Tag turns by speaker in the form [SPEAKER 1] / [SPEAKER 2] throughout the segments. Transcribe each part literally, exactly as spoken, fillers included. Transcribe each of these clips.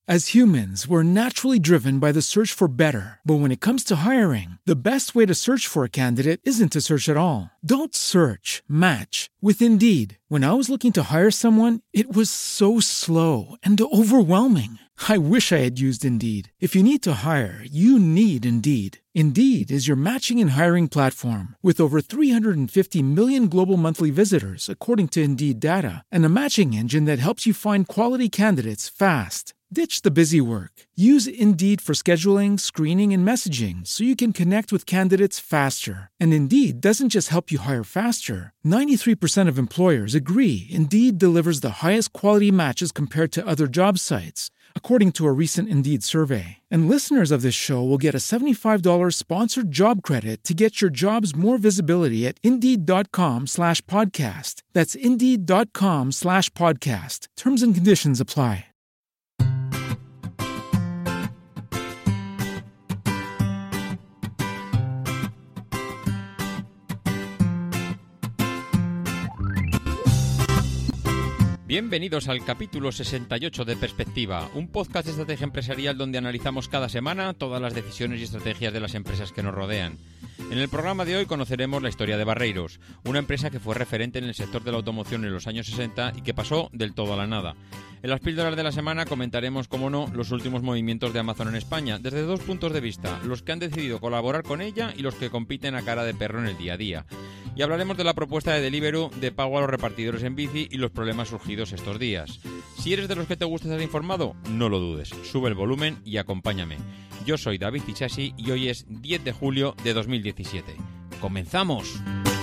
[SPEAKER 1] As humans, we're naturally driven by the search for better. But when it comes to hiring, the best way to search for a candidate isn't to search at all. Don't search, match with Indeed. When I was looking to hire someone, it was so slow and overwhelming. I wish I had used Indeed. If you need to hire, you need Indeed. Indeed is your matching and hiring platform with over three hundred fifty million global monthly visitors, according to Indeed data, and a matching engine that helps you find quality candidates fast. Ditch the busy work. Use Indeed for scheduling, screening, and messaging so you can connect with candidates faster. And Indeed doesn't just help you hire faster. ninety-three percent of employers agree Indeed delivers the highest quality matches compared to other job sites, according to a recent Indeed survey. And listeners of this show will get a seventy-five dollars sponsored job credit to get your jobs more visibility at Indeed.com slash podcast. That's Indeed.com slash podcast. Terms and conditions apply.
[SPEAKER 2] Bienvenidos al capítulo sesenta y ocho de Perspectiva, un podcast de estrategia empresarial donde analizamos cada semana todas las decisiones y estrategias de las empresas que nos rodean. En el programa de hoy conoceremos la historia de Barreiros, una empresa que fue referente en el sector de la automoción en los años sesenta y que pasó del todo a la nada. En las píldoras de la semana comentaremos, como no, los últimos movimientos de Amazon en España, desde dos puntos de vista, los que han decidido colaborar con ella y los que compiten a cara de perro en el día a día. Y hablaremos de la propuesta de Deliveroo de pago a los repartidores en bici y los problemas surgidos estos días. Si eres de los que te gusta estar informado, no lo dudes, sube el volumen y acompáñame. Yo soy David Ichasi y hoy es diez de julio de dos mil diecisiete. ¡Comenzamos!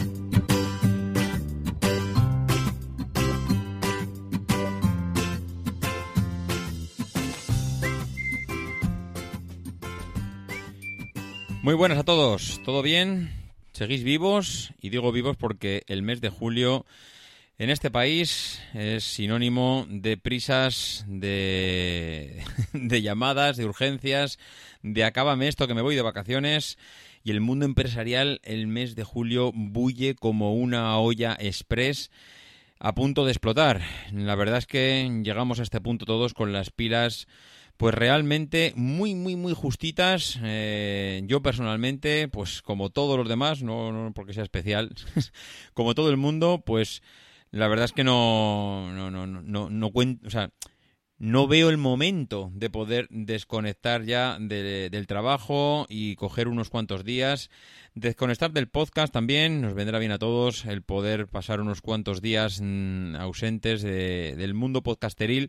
[SPEAKER 2] Muy buenas a todos, ¿todo bien? ¿Seguís vivos? Y digo vivos porque el mes de julio en este país es sinónimo de prisas, de, de llamadas, de urgencias, de acábame esto que me voy de vacaciones. Y el mundo empresarial el mes de julio bulle como una olla express a punto de explotar. La verdad es que llegamos a este punto todos con las pilas pues realmente muy, muy, muy justitas. Eh, yo personalmente, pues como todos los demás, no, no porque sea especial, como todo el mundo, pues la verdad es que no, no, no, no, no cuento, o sea, no veo el momento de poder desconectar ya de, del trabajo y coger unos cuantos días. Desconectar del podcast también, nos vendrá bien a todos el poder pasar unos cuantos días mmm, ausentes de, del mundo podcasteril.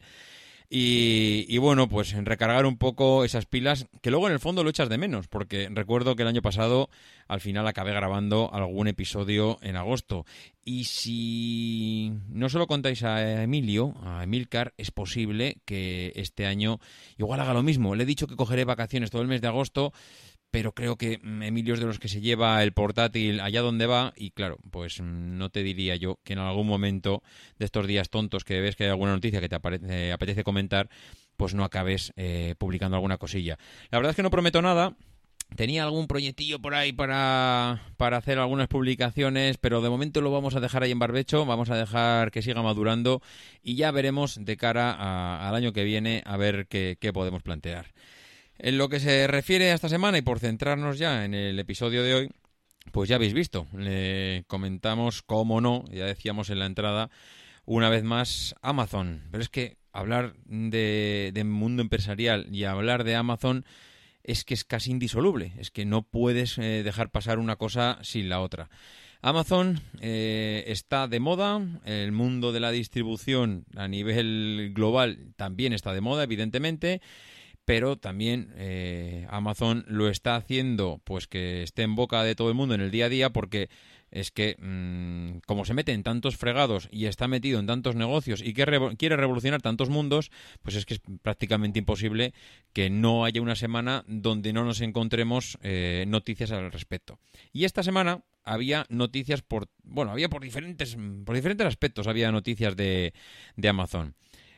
[SPEAKER 2] Y, y bueno, pues recargar un poco esas pilas, que luego en el fondo lo echas de menos, porque recuerdo que el año pasado al final acabé grabando algún episodio en agosto. Y si no se lo contáis a Emilio, a Emilcar, es posible que este año igual haga lo mismo. Le he dicho que cogeré vacaciones todo el mes de agosto, pero creo que Emilio es de los que se lleva el portátil allá donde va y claro, pues no te diría yo que en algún momento de estos días tontos que ves que hay alguna noticia que te apetece, apetece comentar, pues no acabes eh, publicando alguna cosilla. La verdad es que no prometo nada. Tenía algún proyectillo por ahí para, para hacer algunas publicaciones, pero de momento lo vamos a dejar ahí en barbecho, vamos a dejar que siga madurando y ya veremos de cara a, al año que viene a ver qué, qué podemos plantear. En lo que se refiere a esta semana y por centrarnos ya en el episodio de hoy, pues ya habéis visto, le comentamos, cómo no, ya decíamos en la entrada, una vez más Amazon. Pero es que hablar de, de mundo empresarial y hablar de Amazon es que es casi indisoluble, es que no puedes eh, dejar pasar una cosa sin la otra. Amazon eh, está de moda, el mundo de la distribución a nivel global también está de moda, evidentemente. Pero también eh, Amazon lo está haciendo pues que esté en boca de todo el mundo en el día a día porque es que mmm, como se mete en tantos fregados y está metido en tantos negocios y que revo- quiere revolucionar tantos mundos, pues es que es prácticamente imposible que no haya una semana donde no nos encontremos eh, noticias al respecto. Y esta semana había noticias por, bueno, había por diferentes, por diferentes aspectos había noticias de, de Amazon.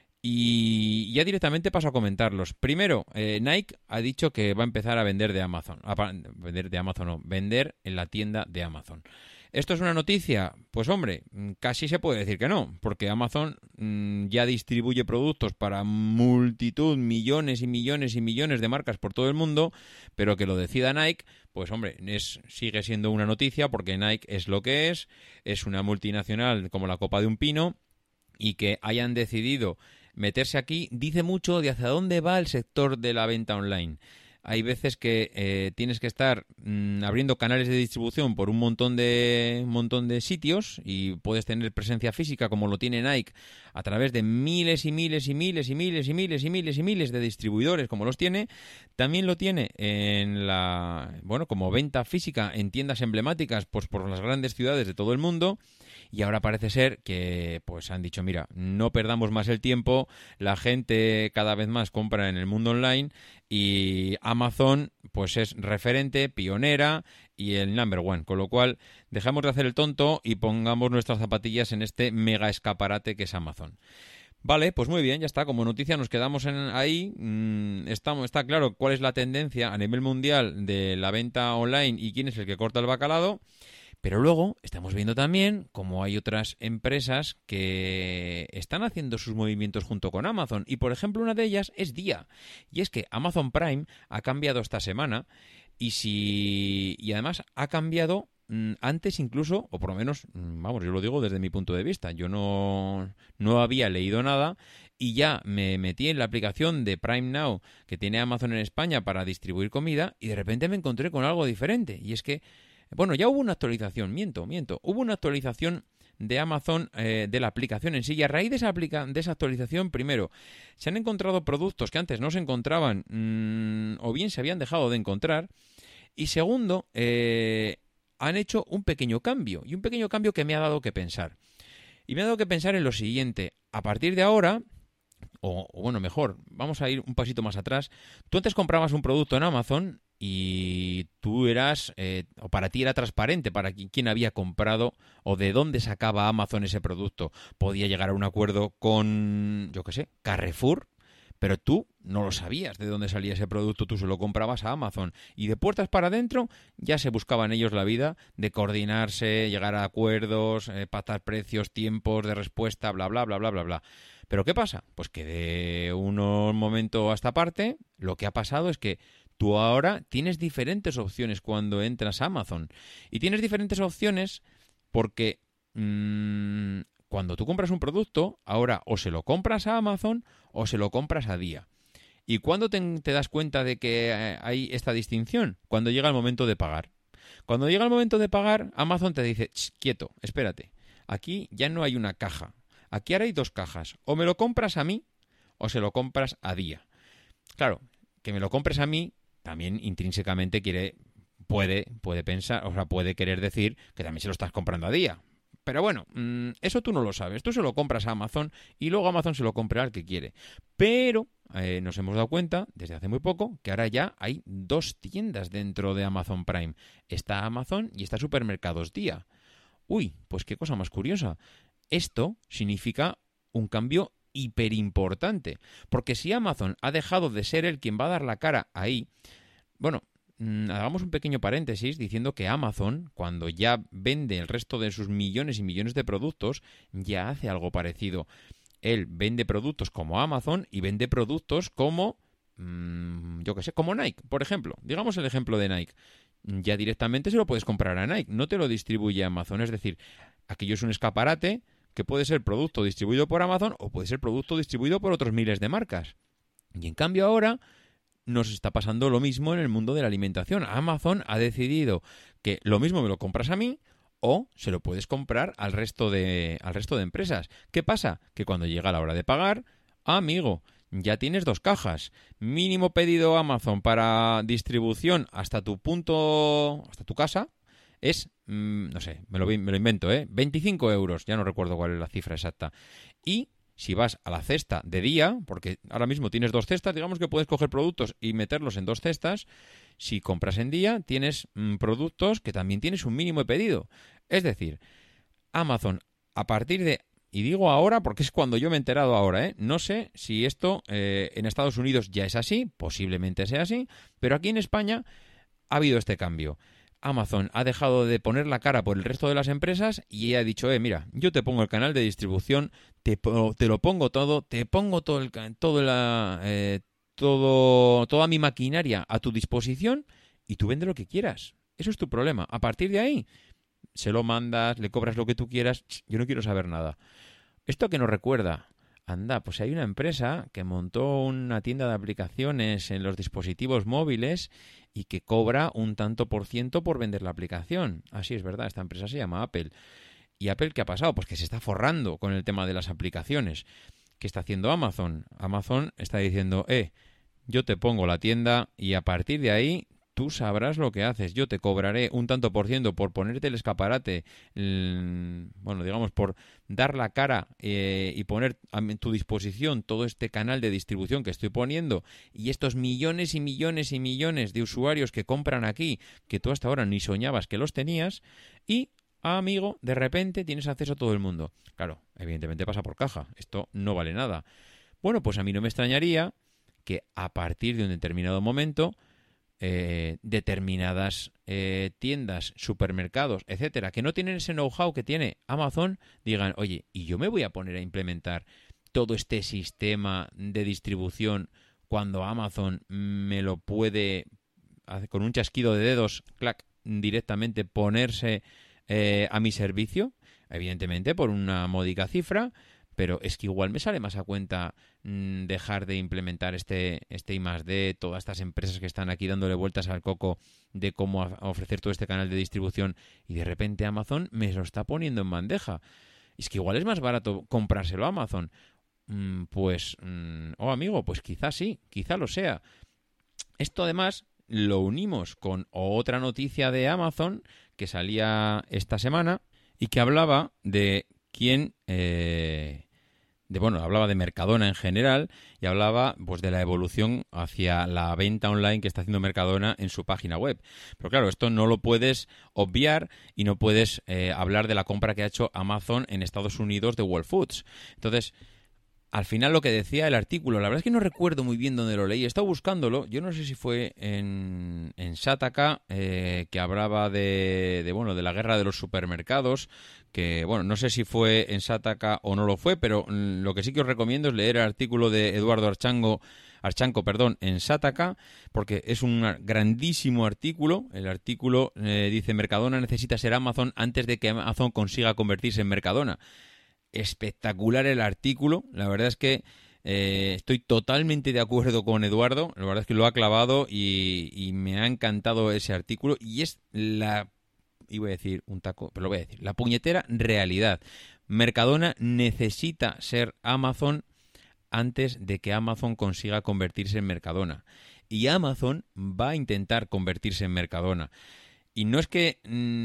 [SPEAKER 2] Y ya directamente paso a comentarlos. Primero, eh, Nike ha dicho que va a empezar a vender de Amazon. A vender de Amazon, no, vender en la tienda de Amazon. ¿Esto es una noticia? Pues hombre, casi se puede decir que no, porque Amazon mmm, ya distribuye productos para multitud, millones y millones y millones de marcas por todo el mundo, pero que lo decida Nike, pues hombre, es, sigue siendo una noticia porque Nike es lo que es, es una multinacional como la copa de un pino, y que hayan decidido meterse aquí dice mucho de hacia dónde va el sector de la venta online. Hay veces que eh, tienes que estar mmm, abriendo canales de distribución por un montón de un montón de sitios y puedes tener presencia física como lo tiene Nike a través de miles y miles y miles y miles y miles y miles y miles de distribuidores como los tiene. También lo tiene en la bueno como venta física en tiendas emblemáticas pues por las grandes ciudades de todo el mundo. Y ahora parece ser que pues han dicho, mira, no perdamos más el tiempo, la gente cada vez más compra en el mundo online y Amazon pues es referente, pionera y el number one, con lo cual dejamos de hacer el tonto y pongamos nuestras zapatillas en este mega escaparate que es Amazon. Vale, pues muy bien, ya está. Como noticia nos quedamos en ahí. Mm, estamos, está claro cuál es la tendencia a nivel mundial de la venta online y quién es el que corta el bacalao. Pero luego estamos viendo también cómo hay otras empresas que están haciendo sus movimientos junto con Amazon. Y, por ejemplo, una de ellas es Día. Y es que Amazon Prime ha cambiado esta semana y, si... y además ha cambiado mmm, antes incluso, o por lo menos, mmm, vamos, yo lo digo desde mi punto de vista. Yo no, no había leído nada y ya me metí en la aplicación de Prime Now que tiene Amazon en España para distribuir comida y de repente me encontré con algo diferente. Y es que bueno, ya hubo una actualización, miento, miento. Hubo una actualización de Amazon, eh, de la aplicación en sí. Y a raíz de esa, aplica- de esa actualización, primero, se han encontrado productos que antes no se encontraban mmm, o bien se habían dejado de encontrar. Y segundo, eh, han hecho un pequeño cambio. Y un pequeño cambio que me ha dado que pensar. Y me ha dado que pensar en lo siguiente. A partir de ahora, o, o bueno, mejor, vamos a ir un pasito más atrás. Tú antes comprabas un producto en Amazon y tú eras, eh, o para ti era transparente para quién había comprado o de dónde sacaba Amazon ese producto. Podía llegar a un acuerdo con, yo qué sé, Carrefour, pero tú no lo sabías de dónde salía ese producto, tú se lo comprabas a Amazon. Y de puertas para adentro ya se buscaban ellos la vida de coordinarse, llegar a acuerdos, eh, pactar precios, tiempos de respuesta, bla, bla, bla, bla, bla, bla. ¿Pero qué pasa? Pues que de un momento a esta parte, lo que ha pasado es que tú ahora tienes diferentes opciones cuando entras a Amazon. Y tienes diferentes opciones porque mmm, cuando tú compras un producto, ahora o se lo compras a Amazon o se lo compras a Día. ¿Y cuándo te, te das cuenta de que hay esta distinción? Cuando llega el momento de pagar. Cuando llega el momento de pagar, Amazon te dice, quieto, espérate, aquí ya no hay una caja. Aquí ahora hay dos cajas. O me lo compras a mí o se lo compras a Día. Claro, que me lo compres a mí también intrínsecamente quiere, puede, puede pensar, o sea, puede querer decir que también se lo estás comprando a Día. Pero bueno, mmm, eso tú no lo sabes. Tú se lo compras a Amazon y luego Amazon se lo compra al que quiere. Pero eh, nos hemos dado cuenta, desde hace muy poco, que ahora ya hay dos tiendas dentro de Amazon Prime. Está Amazon y está Supermercados Día. Uy, pues qué cosa más curiosa. Esto significa un cambio hiperimportante, porque si Amazon ha dejado de ser el quien va a dar la cara ahí, bueno, mmm, hagamos un pequeño paréntesis diciendo que Amazon, cuando ya vende el resto de sus millones y millones de productos, ya hace algo parecido. Él vende productos como Amazon y vende productos como, mmm, yo qué sé, como Nike, por ejemplo. Digamos el ejemplo de Nike. Ya directamente se lo puedes comprar a Nike, no te lo distribuye Amazon, es decir, aquello es un escaparate que puede ser producto distribuido por Amazon o puede ser producto distribuido por otros miles de marcas. Y en cambio ahora nos está pasando lo mismo en el mundo de la alimentación. Amazon ha decidido que lo mismo me lo compras a mí o se lo puedes comprar al resto de, al resto de empresas. ¿Qué pasa? Que cuando llega la hora de pagar, amigo, ya tienes dos cajas. Mínimo pedido Amazon para distribución hasta tu punto, hasta tu casa, es, mmm, no sé, me lo, me lo invento, ¿eh? veinticinco euros, ya no recuerdo cuál es la cifra exacta. Y si vas a la cesta de Día, porque ahora mismo tienes dos cestas, digamos que puedes coger productos y meterlos en dos cestas. Si compras en Día, tienes mmm, productos que también tienes un mínimo de pedido. Es decir, Amazon, a partir de... Y digo ahora porque es cuando yo me he enterado ahora, ¿eh? No sé si esto eh, en Estados Unidos ya es así, posiblemente sea así, pero aquí en España ha habido este cambio. Amazon ha dejado de poner la cara por el resto de las empresas y ha dicho, eh, mira, yo te pongo el canal de distribución, te, te lo pongo todo, te pongo todo el todo la eh, todo toda mi maquinaria a tu disposición y tú vende lo que quieras. Eso es tu problema. A partir de ahí, se lo mandas, le cobras lo que tú quieras, yo no quiero saber nada. ¿Esto qué nos recuerda? Anda, pues hay una empresa que montó una tienda de aplicaciones en los dispositivos móviles y que cobra un tanto por ciento por vender la aplicación. Así es verdad, esta empresa se llama Apple. ¿Y Apple qué ha pasado? Pues que se está forrando con el tema de las aplicaciones. ¿Qué está haciendo Amazon? Amazon está diciendo, eh, yo te pongo la tienda y a partir de ahí tú sabrás lo que haces. Yo te cobraré un tanto por ciento por ponerte el escaparate, el, bueno, digamos, por dar la cara eh, y poner a tu disposición todo este canal de distribución que estoy poniendo y estos millones y millones y millones de usuarios que compran aquí, que tú hasta ahora ni soñabas que los tenías, y, ah, amigo, de repente tienes acceso a todo el mundo. Claro, evidentemente pasa por caja. Esto no vale nada. Bueno, pues a mí no me extrañaría que a partir de un determinado momento Eh, determinadas eh, tiendas, supermercados, etcétera, que no tienen ese know-how que tiene Amazon, digan, oye, y yo me voy a poner a implementar todo este sistema de distribución cuando Amazon me lo puede, con un chasquido de dedos, clac, directamente ponerse eh, a mi servicio, evidentemente por una módica cifra, pero es que igual me sale más a cuenta mmm, dejar de implementar este, este I más D, todas estas empresas que están aquí dándole vueltas al coco de cómo a, a ofrecer todo este canal de distribución y de repente Amazon me lo está poniendo en bandeja. Es que igual es más barato comprárselo a Amazon. Mm, pues, mm, oh amigo, pues quizás sí, quizá lo sea. Esto además lo unimos con otra noticia de Amazon que salía esta semana y que hablaba de quién... Eh, De, bueno, hablaba de Mercadona en general y hablaba pues de la evolución hacia la venta online que está haciendo Mercadona en su página web. Pero claro, esto no lo puedes obviar y no puedes eh, hablar de la compra que ha hecho Amazon en Estados Unidos de Whole Foods. Entonces, al final lo que decía el artículo, la verdad es que no recuerdo muy bien dónde lo leí, he estado buscándolo, yo no sé si fue en, en Shataka, eh, que hablaba de, de, bueno, de la guerra de los supermercados, que, bueno, no sé si fue en Shataka o no lo fue, pero mm, lo que sí que os recomiendo es leer el artículo de Eduardo Archango, Archanco, perdón, en Shataka, porque es un grandísimo artículo. El artículo eh, dice, Mercadona necesita ser Amazon antes de que Amazon consiga convertirse en Mercadona. Espectacular el artículo, la verdad es que eh, estoy totalmente de acuerdo con Eduardo, la verdad es que lo ha clavado y, y me ha encantado ese artículo y es la, iba a decir un taco, pero lo voy a decir, la puñetera realidad. Mercadona necesita ser Amazon antes de que Amazon consiga convertirse en Mercadona y Amazon va a intentar convertirse en Mercadona. Y no es que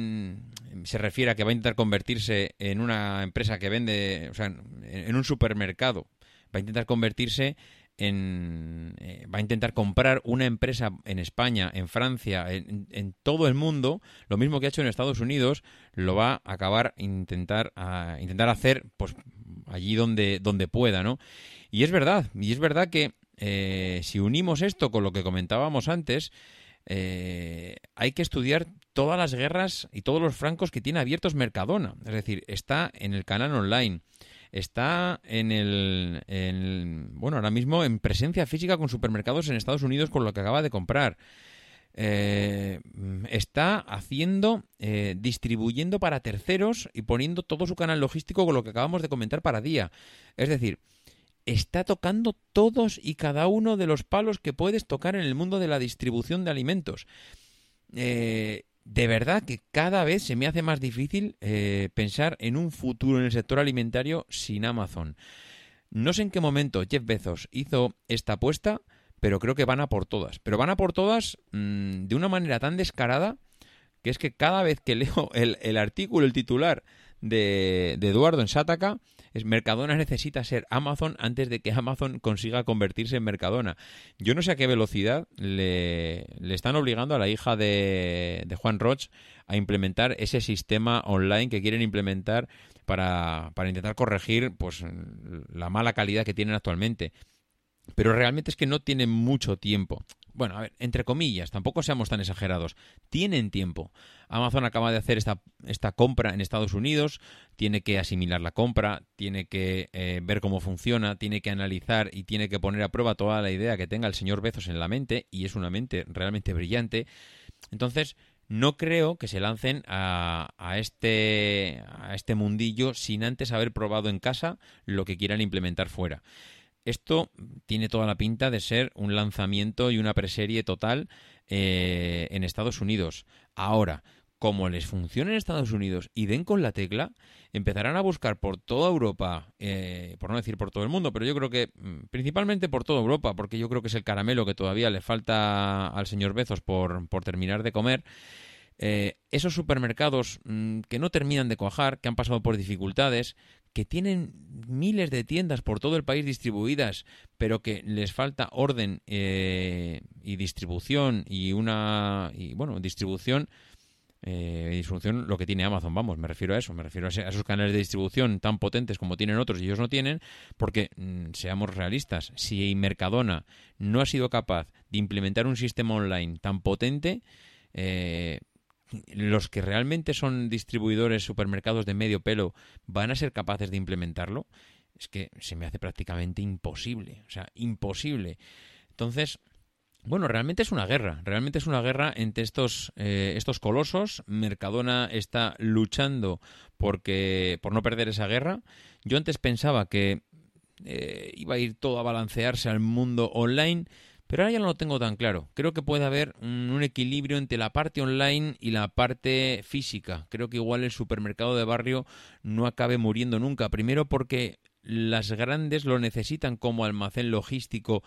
[SPEAKER 2] mmm, se refiera a que va a intentar convertirse en una empresa que vende, o sea, en un supermercado. Va a intentar convertirse en... Eh, va a intentar comprar una empresa en España, en Francia, en, en todo el mundo. Lo mismo que ha hecho en Estados Unidos, lo va a acabar intentar a intentar hacer pues allí donde, donde pueda, ¿no? Y es verdad, y es verdad que eh, si unimos esto con lo que comentábamos antes... Eh, hay que estudiar todas las guerras y todos los francos que tiene abiertos Mercadona. Es decir, está en el canal online, está en el, en, bueno, ahora mismo en presencia física con supermercados en Estados Unidos con lo que acaba de comprar. Eh, está haciendo, eh, distribuyendo para terceros y poniendo todo su canal logístico con lo que acabamos de comentar para Día. Es decir, está tocando todos y cada uno de los palos que puedes tocar en el mundo de la distribución de alimentos. Eh, de verdad que cada vez se me hace más difícil eh, pensar en un futuro en el sector alimentario sin Amazon. No sé en qué momento Jeff Bezos hizo esta apuesta, pero creo que van a por todas. Pero van a por todas mmm, de una manera tan descarada que es que cada vez que leo el, el artículo, el titular de, de Eduardo en Shataka, es Mercadona necesita ser Amazon antes de que Amazon consiga convertirse en Mercadona. Yo no sé a qué velocidad le, le están obligando a la hija de, de Juan Roch a implementar ese sistema online que quieren implementar para, para intentar corregir pues la mala calidad que tienen actualmente. pero realmente es que no tienen mucho tiempo. Bueno, a ver, entre comillas, tampoco seamos tan exagerados. Tienen tiempo. Amazon acaba de hacer esta, esta compra en Estados Unidos, tiene que asimilar la compra, tiene que eh, ver cómo funciona, tiene que analizar y tiene que poner a prueba toda la idea que tenga el señor Bezos en la mente, y es una mente realmente brillante. Entonces, no creo que se lancen a, a, este, a este mundillo sin antes haber probado en casa lo que quieran implementar fuera. Esto tiene toda la pinta de ser un lanzamiento y una preserie total eh, en Estados Unidos. Ahora, como les funcione en Estados Unidos y den con la tecla, empezarán a buscar por toda Europa, eh, por no decir por todo el mundo, pero yo creo que principalmente por toda Europa, porque yo creo que es el caramelo que todavía le falta al señor Bezos por, por terminar de comer. Eh, esos supermercados mmm, que no terminan de cuajar, que han pasado por dificultades, que tienen miles de tiendas por todo el país distribuidas, pero que les falta orden eh, y distribución y una y bueno distribución eh, distribución lo que tiene Amazon, vamos, me refiero a eso, me refiero a, ese, a esos canales de distribución tan potentes como tienen otros y ellos no tienen, porque mmm, seamos realistas, si Mercadona no ha sido capaz de implementar un sistema online tan potente, eh, los que realmente son distribuidores, supermercados de medio pelo, van a ser capaces de implementarlo. Es que se me hace prácticamente imposible, o sea, imposible. Entonces, bueno, realmente es una guerra, realmente es una guerra entre estos eh, estos colosos. Mercadona está luchando porque por no perder esa guerra. Yo antes pensaba que eh, iba a ir todo a balancearse al mundo online, pero ahora ya no lo tengo tan claro. Creo que puede haber un, un equilibrio entre la parte online y la parte física. Creo que igual el supermercado de barrio no acabe muriendo nunca. Primero porque las grandes lo necesitan como almacén logístico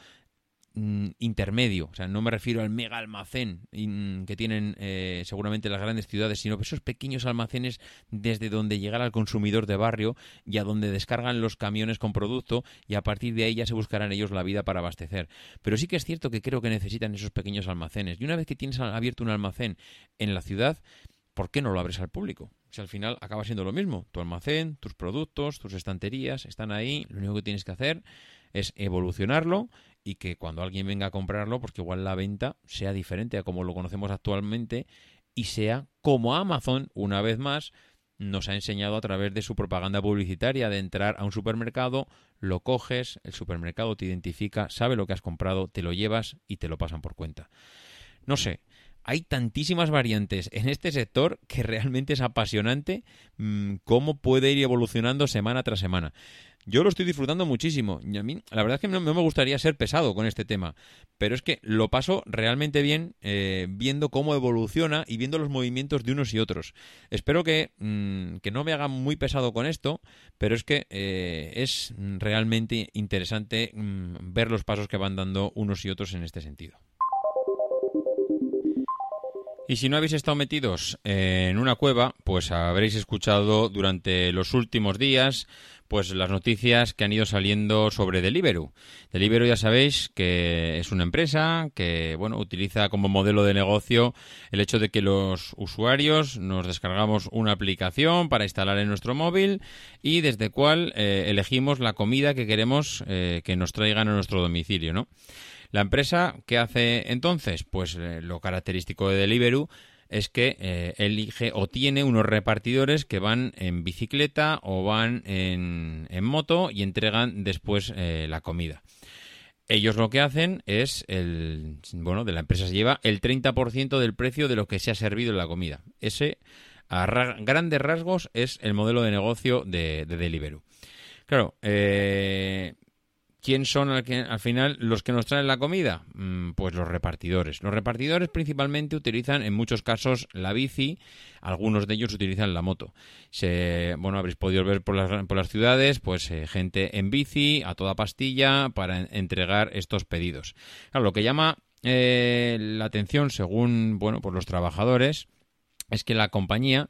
[SPEAKER 2] mm, intermedio. O sea, no me refiero al mega almacén in, que tienen eh, seguramente las grandes ciudades, sino esos pequeños almacenes desde donde llegar al consumidor de barrio y a donde descargan los camiones con producto, y a partir de ahí ya se buscarán ellos la vida para abastecer. Pero sí que es cierto que creo que necesitan esos pequeños almacenes. Y una vez que tienes abierto un almacén en la ciudad, ¿por qué no lo abres al público? Si al final acaba siendo lo mismo. Tu almacén, tus productos, tus estanterías están ahí. Lo único que tienes que hacer es evolucionarlo y que cuando alguien venga a comprarlo, porque igual la venta sea diferente a como lo conocemos actualmente y sea como Amazon, una vez más, nos ha enseñado a través de su propaganda publicitaria de entrar a un supermercado, lo coges, el supermercado te identifica, sabe lo que has comprado, te lo llevas y te lo pasan por cuenta. No sé. Hay tantísimas variantes en este sector que realmente es apasionante mmm, cómo puede ir evolucionando semana tras semana. Yo lo estoy disfrutando muchísimo. Y a mí, la verdad es que no, no me gustaría ser pesado con este tema, pero es que lo paso realmente bien eh, viendo cómo evoluciona y viendo los movimientos de unos y otros. Espero que, mmm, que no me haga muy pesado con esto, pero es que eh, es realmente interesante mmm, ver los pasos que van dando unos y otros en este sentido. Y si no habéis estado metidos en una cueva, pues habréis escuchado durante los últimos días pues las noticias que han ido saliendo sobre Deliveroo. Deliveroo ya sabéis que es una empresa que bueno utiliza como modelo de negocio el hecho de que los usuarios nos descargamos una aplicación para instalar en nuestro móvil y desde cual eh, elegimos la comida que queremos eh, que nos traigan a nuestro domicilio, ¿no? La empresa, ¿qué hace entonces? Pues eh, lo característico de Deliveroo es que eh, elige o tiene unos repartidores que van en bicicleta o van en, en moto y entregan después eh, la comida. Ellos lo que hacen es, el bueno, de la empresa se lleva el treinta por ciento del precio de lo que se ha servido en la comida. Ese, a ra- grandes rasgos, es el modelo de negocio de, de Deliveroo. Claro, eh... ¿quién son al, que, al final los que nos traen la comida? Mm, pues los repartidores. Los repartidores principalmente utilizan en muchos casos la bici, algunos de ellos utilizan la moto. Se, bueno, habréis podido ver por las, por las ciudades, pues eh, gente en bici, a toda pastilla, para en, entregar estos pedidos. Claro, lo que llama eh, la atención, según bueno, pues los trabajadores, es que la compañía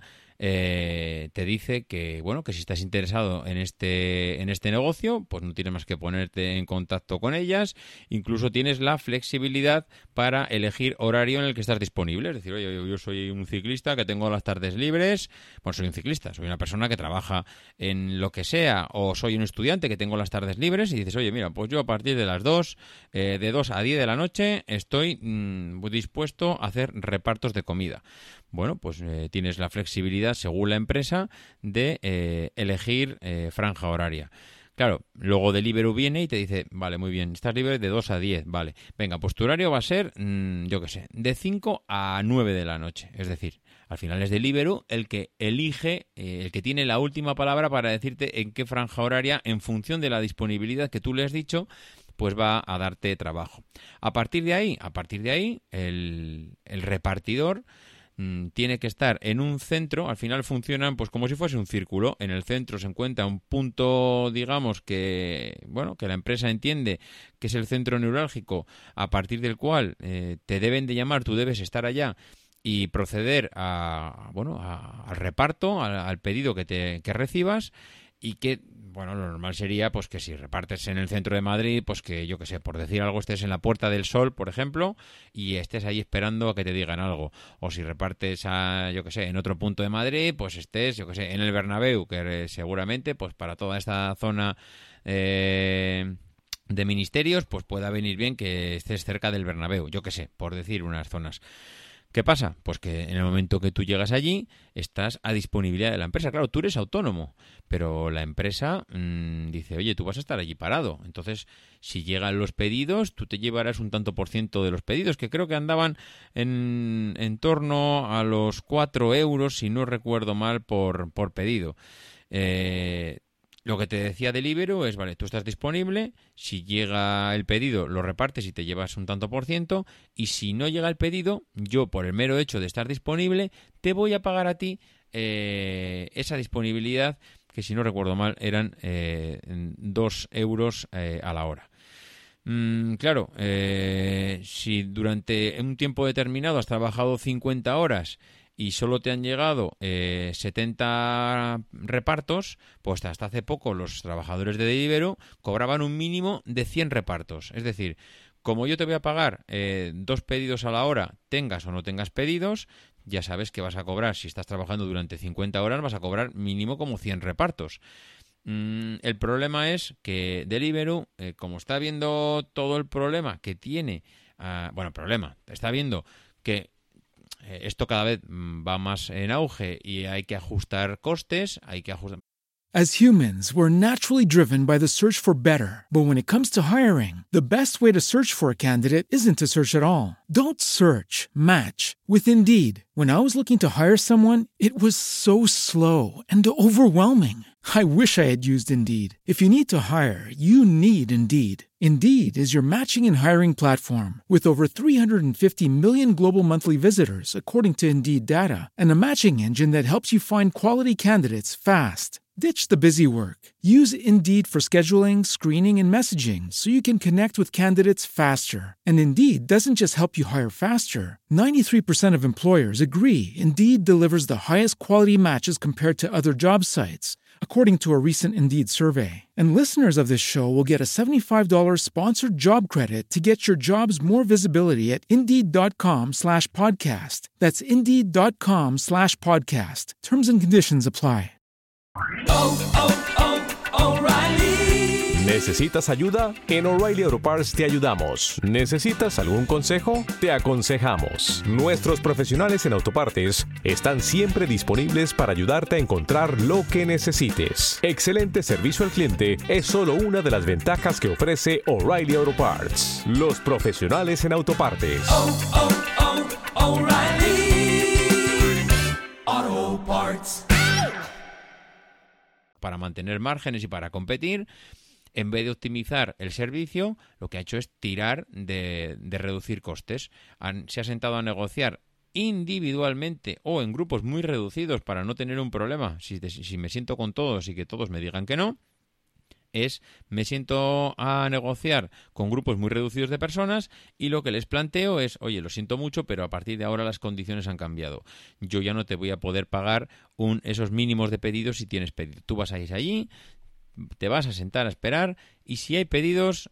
[SPEAKER 2] eh, te dice que, bueno, que si estás interesado en este, en este negocio, pues no tienes más que ponerte en contacto con ellas. Incluso tienes la flexibilidad para elegir horario en el que estás disponible. Es decir, oye, yo, yo soy un ciclista que tengo las tardes libres. Bueno, soy un ciclista, soy una persona que trabaja en lo que sea, o soy un estudiante que tengo las tardes libres y dices, oye, mira, pues yo a partir de las dos, eh, de dos a diez de la noche, estoy mmm, dispuesto a hacer repartos de comida. Bueno, pues eh, tienes la flexibilidad, según la empresa, de eh, elegir eh, franja horaria. Claro, luego Deliveroo viene y te dice, vale, muy bien, estás libre de dos a diez, vale. Venga, pues tu horario va a ser, mmm, yo qué sé, de cinco a nueve de la noche. Es decir, al final es Deliveroo el que elige, eh, el que tiene la última palabra para decirte en qué franja horaria, en función de la disponibilidad que tú le has dicho, pues va a darte trabajo. A partir de ahí, a partir de ahí, el, el repartidor tiene que estar en un centro. Al final funcionan pues como si fuese un círculo. En el centro se encuentra un punto, digamos, que bueno, que la empresa entiende que es el centro neurálgico, a partir del cual eh, te deben de llamar, tú debes estar allá y proceder a bueno a, al reparto, a, al pedido que te que recibas. Y que, bueno, lo normal sería pues que si repartes en el centro de Madrid, pues que, yo qué sé, por decir algo, estés en la Puerta del Sol, por ejemplo, y estés ahí esperando a que te digan algo. O si repartes, a, yo qué sé, en otro punto de Madrid, pues estés, yo qué sé, en el Bernabéu, que seguramente, pues para toda esta zona eh, de ministerios, pues pueda venir bien que estés cerca del Bernabéu, yo qué sé, por decir unas zonas. ¿Qué pasa? Pues que en el momento que tú llegas allí, estás a disponibilidad de la empresa. Claro, tú eres autónomo, pero la empresa mmm, dice, oye, tú vas a estar allí parado. Entonces, si llegan los pedidos, tú te llevarás un tanto por ciento de los pedidos, que creo que andaban en, en torno a los cuatro euros, si no recuerdo mal, por, por pedido. Eh... Lo que te decía Deliveroo es, vale, tú estás disponible, si llega el pedido lo repartes y te llevas un tanto por ciento, y si no llega el pedido, yo por el mero hecho de estar disponible, te voy a pagar a ti eh, esa disponibilidad, que si no recuerdo mal eran eh, dos euros eh, a la hora. Mm, claro, eh, si durante un tiempo determinado has trabajado cincuenta horas y solo te han llegado eh, setenta repartos, pues hasta hace poco los trabajadores de Deliveroo cobraban un mínimo de cien repartos. Es decir, como yo te voy a pagar eh, dos pedidos a la hora, tengas o no tengas pedidos, ya sabes que vas a cobrar, si estás trabajando durante cincuenta horas, vas a cobrar mínimo como cien repartos. Mm, el problema es que Deliveroo, eh, como está viendo todo el problema que tiene, uh, bueno, problema, está viendo que esto cada vez va más en auge y hay que ajustar costes, hay que ajustar.
[SPEAKER 1] As humans, we're naturally driven by the search for better. But when it comes to hiring, the best way to search for a candidate isn't to search at all. Don't search, match with Indeed. When I was looking to hire someone, it was so slow and overwhelming. I wish I had used Indeed. If you need to hire, you need Indeed. Indeed is your matching and hiring platform with over three hundred fifty million global monthly visitors, according to Indeed data, and a matching engine that helps you find quality candidates fast. Ditch the busy work. Use Indeed for scheduling, screening, and messaging so you can connect with candidates faster. And Indeed doesn't just help you hire faster. ninety-three percent of employers agree Indeed delivers the highest quality matches compared to other job sites, according to a recent Indeed survey. And listeners of this show will get a seventy-five dollars sponsored job credit to get your jobs more visibility at Indeed.com slash podcast. That's Indeed.com slash podcast. Terms and conditions apply.
[SPEAKER 3] Oh, oh, oh, O'Reilly. ¿Necesitas ayuda? En O'Reilly Auto Parts te ayudamos. ¿Necesitas algún consejo? Te aconsejamos. Nuestros profesionales en autopartes están siempre disponibles para ayudarte a encontrar lo que necesites. Excelente servicio al cliente es solo una de las ventajas que ofrece O'Reilly Auto Parts. Los profesionales en autopartes. Oh, oh, oh, O'Reilly Auto Parts.
[SPEAKER 2] Para mantener márgenes y para competir, en vez de optimizar el servicio, lo que ha hecho es tirar de, de reducir costes. Han, se ha sentado a negociar individualmente o en grupos muy reducidos para no tener un problema. Si, si me siento con todos y que todos me digan que no, es me siento a negociar con grupos muy reducidos de personas y lo que les planteo es, oye, lo siento mucho, pero a partir de ahora las condiciones han cambiado. Yo ya no te voy a poder pagar un, esos mínimos de pedidos si tienes pedido. Tú vas a ir allí, te vas a sentar a esperar y si hay pedidos,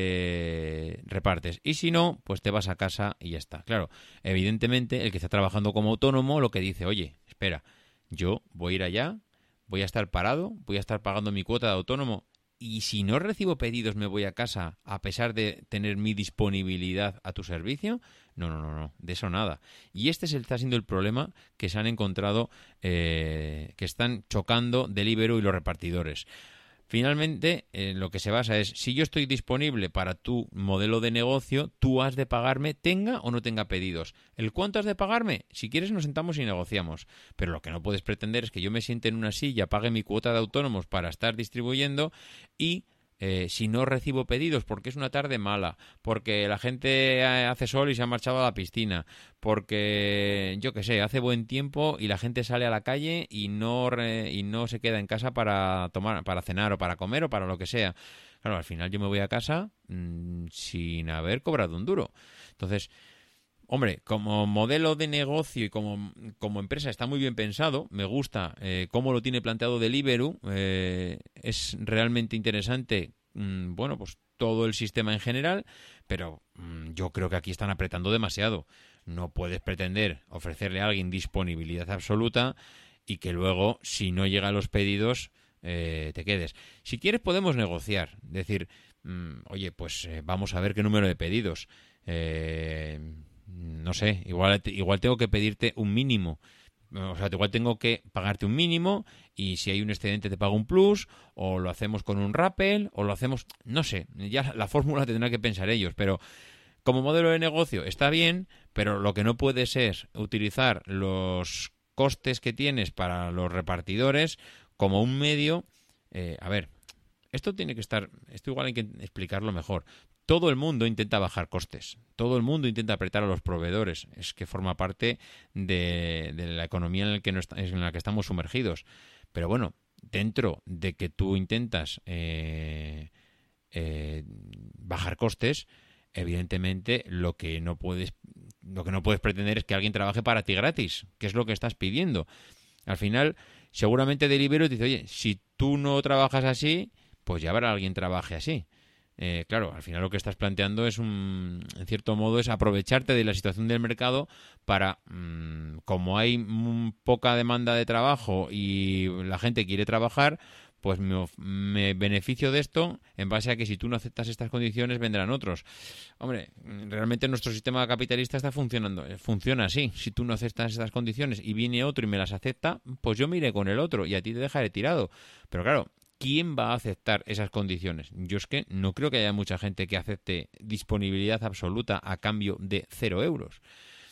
[SPEAKER 2] eh, repartes. Y si no, pues te vas a casa y ya está. Claro, evidentemente el que está trabajando como autónomo lo que dice, oye, espera, yo voy a ir allá, voy a estar parado, voy a estar pagando mi cuota de autónomo y si no recibo pedidos me voy a casa a pesar de tener mi disponibilidad a tu servicio. No, no, no, no, de eso nada. Y este es el, está siendo el problema que se han encontrado, eh, que están chocando Deliveroo y los repartidores. Finalmente, eh, lo que se basa es, si yo estoy disponible para tu modelo de negocio, tú has de pagarme, tenga o no tenga pedidos. ¿El cuánto has de pagarme? Si quieres nos sentamos y negociamos. Pero lo que no puedes pretender es que yo me siente en una silla, pague mi cuota de autónomos para estar distribuyendo y... Eh, si no recibo pedidos porque es una tarde mala, porque la gente hace sol y se ha marchado a la piscina, porque, yo qué sé, hace buen tiempo y la gente sale a la calle y no re, y no se queda en casa para tomar, para cenar o para comer o para lo que sea. Claro, al final yo me voy a casa mmm, sin haber cobrado un duro. Entonces... Hombre, como modelo de negocio y como, como empresa está muy bien pensado, me gusta eh, cómo lo tiene planteado Deliveroo, eh, es realmente interesante, mmm, bueno, pues todo el sistema en general, pero mmm, yo creo que aquí están apretando demasiado. No puedes pretender ofrecerle a alguien disponibilidad absoluta y que luego, si no llegan los pedidos, eh, te quedes. Si quieres podemos negociar, decir, mmm, oye, pues eh, vamos a ver qué número de pedidos, eh... no sé, igual igual tengo que pedirte un mínimo. O sea, igual tengo que pagarte un mínimo y si hay un excedente te pago un plus, o lo hacemos con un rappel, o lo hacemos... No sé, ya la fórmula tendrán que pensar ellos, pero como modelo de negocio está bien, pero lo que no puede ser utilizar los costes que tienes para los repartidores como un medio... Eh, a ver, esto tiene que estar... Esto igual hay que explicarlo mejor. Todo el mundo intenta bajar costes, todo el mundo intenta apretar a los proveedores, es que forma parte de, de la economía en la, que no está, en la que estamos sumergidos. Pero bueno, dentro de que tú intentas eh, eh, bajar costes, evidentemente lo que no puedes lo que no puedes pretender es que alguien trabaje para ti gratis, que es lo que estás pidiendo. Al final, seguramente Deliveroo te dice, oye, si tú no trabajas así, pues ya habrá alguien que trabaje así. Eh, claro, al final lo que estás planteando es un, en cierto modo, es aprovecharte de la situación del mercado para, mmm, como hay mmm, poca demanda de trabajo y la gente quiere trabajar, pues me, me beneficio de esto en base a que si tú no aceptas estas condiciones vendrán otros. Hombre, realmente nuestro sistema capitalista está funcionando, funciona así. Si tú no aceptas estas condiciones y viene otro y me las acepta, pues yo me iré con el otro y a ti te dejaré tirado. Pero claro, ¿quién va a aceptar esas condiciones? Yo es que no creo que haya mucha gente que acepte disponibilidad absoluta a cambio de cero euros.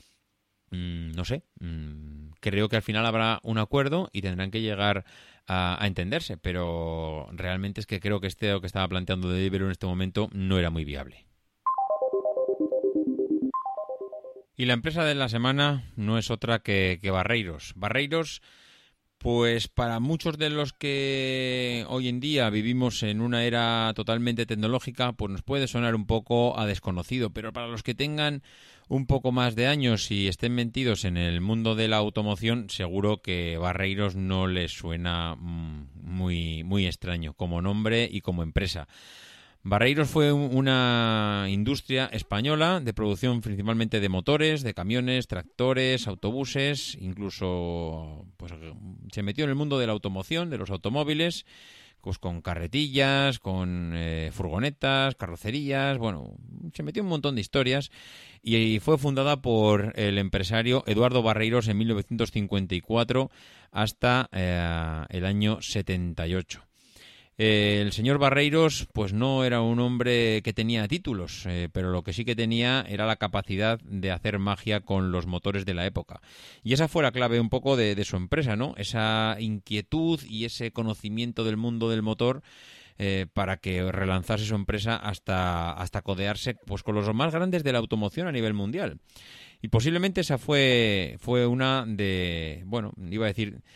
[SPEAKER 2] Mm, no sé. Mm, creo que al final habrá un acuerdo y tendrán que llegar a, a entenderse, pero realmente es que creo que este lo que estaba planteando Deliveroo en este momento no era muy viable. Y la empresa de la semana no es otra que, que Barreiros. Barreiros... Pues para muchos de los que hoy en día vivimos en una era totalmente tecnológica, pues nos puede sonar un poco a desconocido, pero para los que tengan un poco más de años y estén metidos en el mundo de la automoción, seguro que Barreiros no les suena muy, muy extraño como nombre y como empresa. Barreiros fue una industria española de producción principalmente de motores, de camiones, tractores, autobuses, incluso pues se metió en el mundo de la automoción, de los automóviles, pues con carretillas, con eh, furgonetas, carrocerías, bueno, se metió en un montón de historias y fue fundada por el empresario Eduardo Barreiros en mil novecientos cincuenta y cuatro hasta eh, el año setenta y ocho. Eh, el señor Barreiros pues no era un hombre que tenía títulos, eh, pero lo que sí que tenía era la capacidad de hacer magia con los motores de la época. Y esa fue la clave un poco de, de su empresa, ¿no? Esa inquietud y ese conocimiento del mundo del motor eh, para que relanzase su empresa hasta, hasta codearse pues con los más grandes de la automoción a nivel mundial. Y posiblemente esa fue, fue una de, bueno, iba a decir...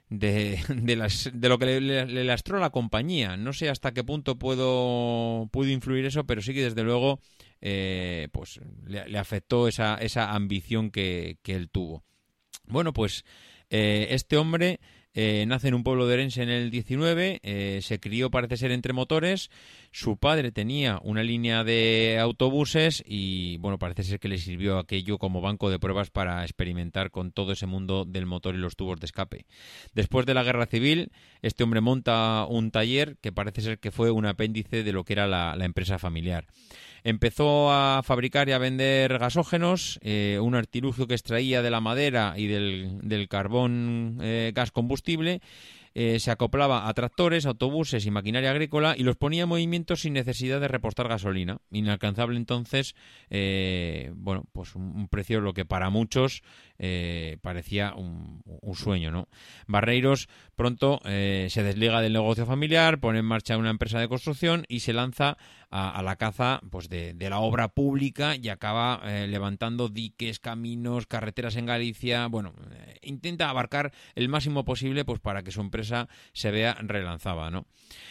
[SPEAKER 2] de, de, las, de lo que le, le, le lastró a la compañía. No sé hasta qué punto puedo, pudo influir eso, pero sí que desde luego eh, pues le, le afectó esa, esa ambición que, que él tuvo. Bueno, pues eh, este hombre eh, nace en un pueblo de Orense en el diecinueve, eh, se crió, parece ser, entre motores. Su padre tenía una línea de autobuses y, bueno, parece ser que le sirvió aquello como banco de pruebas para experimentar con todo ese mundo del motor y los tubos de escape. Después de la Guerra Civil, este hombre monta un taller que parece ser que fue un apéndice de lo que era la, la empresa familiar. Empezó a fabricar y a vender gasógenos, eh, un artilugio que extraía de la madera y del, del carbón eh, gas combustible. Eh, se acoplaba a tractores, autobuses y maquinaria agrícola y los ponía en movimiento sin necesidad de repostar gasolina. Inalcanzable entonces, eh, bueno, pues un, un precio lo que para muchos eh, parecía un, un sueño, ¿no? Barreiros pronto eh, se desliga del negocio familiar, pone en marcha una empresa de construcción y se lanza a, a la caza pues de, de la obra pública y acaba eh, levantando diques, caminos, carreteras en Galicia. Bueno, eh, intenta abarcar el máximo posible pues para que su empresa se vea relanzada, ¿no?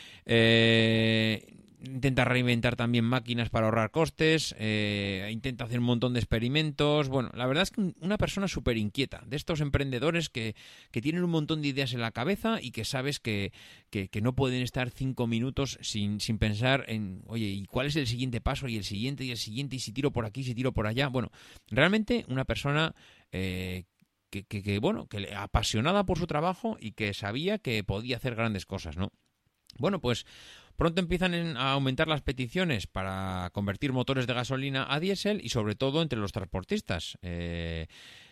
[SPEAKER 2] Eh, intenta reinventar también máquinas para ahorrar costes, eh, intenta hacer un montón de experimentos. Bueno, la verdad es que una persona súper inquieta, de estos emprendedores que, que tienen un montón de ideas en la cabeza y que sabes que, que, que no pueden estar cinco minutos sin, sin pensar en, oye, ¿y cuál es el siguiente paso? Y el siguiente, y el siguiente, y si tiro por aquí, si tiro por allá. Bueno, realmente una persona eh, Que, que, que, bueno, que apasionada por su trabajo y que sabía que podía hacer grandes cosas, ¿no? Bueno, pues pronto empiezan a aumentar las peticiones para convertir motores de gasolina a diésel y sobre todo entre los transportistas. Eh,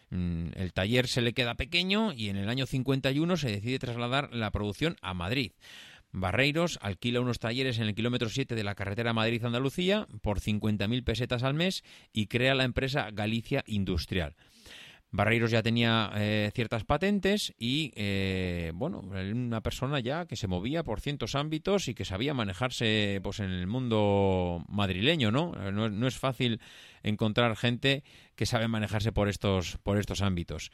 [SPEAKER 2] el taller se le queda pequeño y en el año cincuenta y uno se decide trasladar la producción a Madrid. Barreiros alquila unos talleres en el kilómetro siete de la carretera Madrid-Andalucía por cincuenta mil pesetas al mes y crea la empresa Galicia Industrial. Barreiros ya tenía eh, ciertas patentes y, eh, bueno, una persona ya que se movía por cientos ámbitos y que sabía manejarse pues en el mundo madrileño, ¿no? No, no es fácil encontrar gente que sabe manejarse por estos, por estos ámbitos.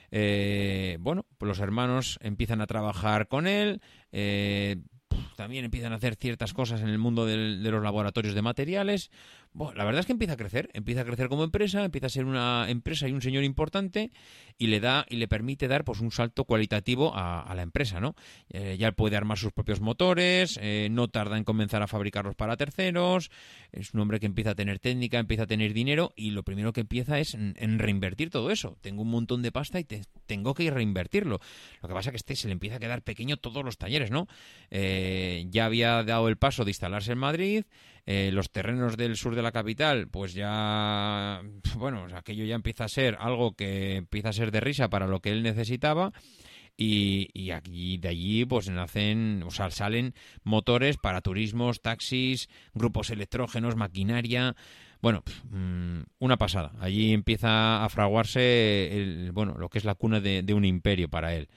[SPEAKER 2] Eh, bueno, pues los hermanos empiezan a trabajar con él, eh, también empiezan a hacer ciertas cosas en el mundo del, de los laboratorios de materiales. Bueno, la verdad es que empieza a crecer, empieza a crecer como empresa, empieza a ser una empresa y un señor importante y le da y le permite dar pues un salto cualitativo a, a la empresa, ¿no? Eh, ya puede armar sus propios motores, eh, no tarda en comenzar a fabricarlos para terceros, es un hombre que empieza a tener técnica, empieza a tener dinero y lo primero que empieza es en, en reinvertir todo eso. Tengo un montón de pasta y te, tengo que reinvertirlo. Lo que pasa es que este se le empieza a quedar pequeño todos los talleres, ¿no? Eh, ya había dado el paso de instalarse en Madrid. Eh, los terrenos del sur de la capital, pues ya, bueno, aquello ya empieza a ser algo que empieza a ser de risa para lo que él necesitaba y, y aquí de allí pues nacen, o sea, salen motores para turismos, taxis, grupos electrógenos, maquinaria. Bueno, una pasada. Allí empieza a fraguarse el, bueno, lo que es la cuna de, de un imperio para él.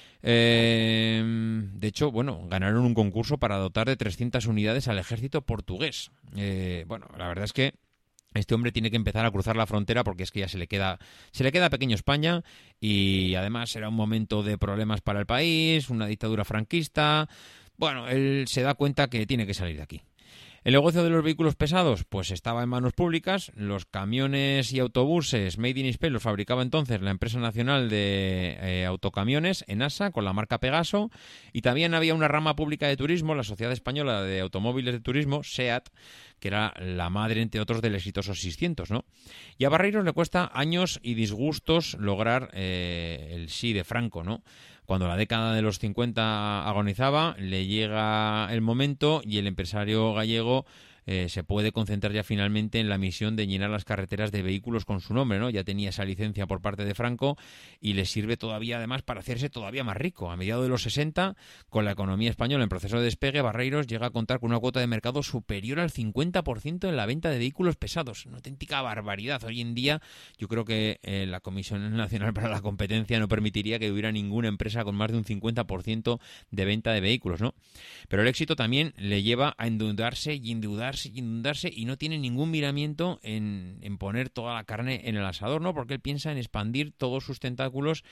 [SPEAKER 2] Eh, de hecho, bueno, ganaron un concurso para dotar de trescientas unidades al ejército portugués. Eh, bueno, la verdad es que este hombre tiene que empezar a cruzar la frontera porque es que ya se le queda se le queda pequeño España y además era un momento de problemas para el país, una dictadura franquista. Bueno, él se da cuenta que tiene que salir de aquí. El negocio de los vehículos pesados pues estaba en manos públicas. Los camiones y autobuses Made in Spain los fabricaba entonces la empresa nacional de eh, autocamiones, ENASA, con la marca Pegaso, y también había una rama pública de turismo, la Sociedad Española de Automóviles de Turismo, SEAT, que era la madre, entre otros, del exitoso seiscientos, ¿no? Y a Barreiros le cuesta años y disgustos lograr eh, el sí de Franco, ¿no? Cuando la década de los cincuenta agonizaba, le llega el momento y el empresario gallego eh, se puede concentrar ya finalmente en la misión de llenar las carreteras de vehículos con su nombre, ¿no? Ya tenía esa licencia por parte de Franco y le sirve todavía además para hacerse todavía más rico. A mediados de los sesenta, con la economía española en proceso de despegue, Barreiros llega a contar con una cuota de mercado superior al cincuenta por ciento en la venta de vehículos pesados. Una auténtica barbaridad. Hoy en día yo creo que eh, la Comisión Nacional para la Competencia no permitiría que hubiera ninguna empresa con más de un cincuenta por ciento de venta de vehículos, ¿no? Pero el éxito también le lleva a endeudarse y endeudarse inundarse, inundarse y no tiene ningún miramiento en, en poner toda la carne en el asador, ¿no? Porque él piensa en expandir todos sus tentáculos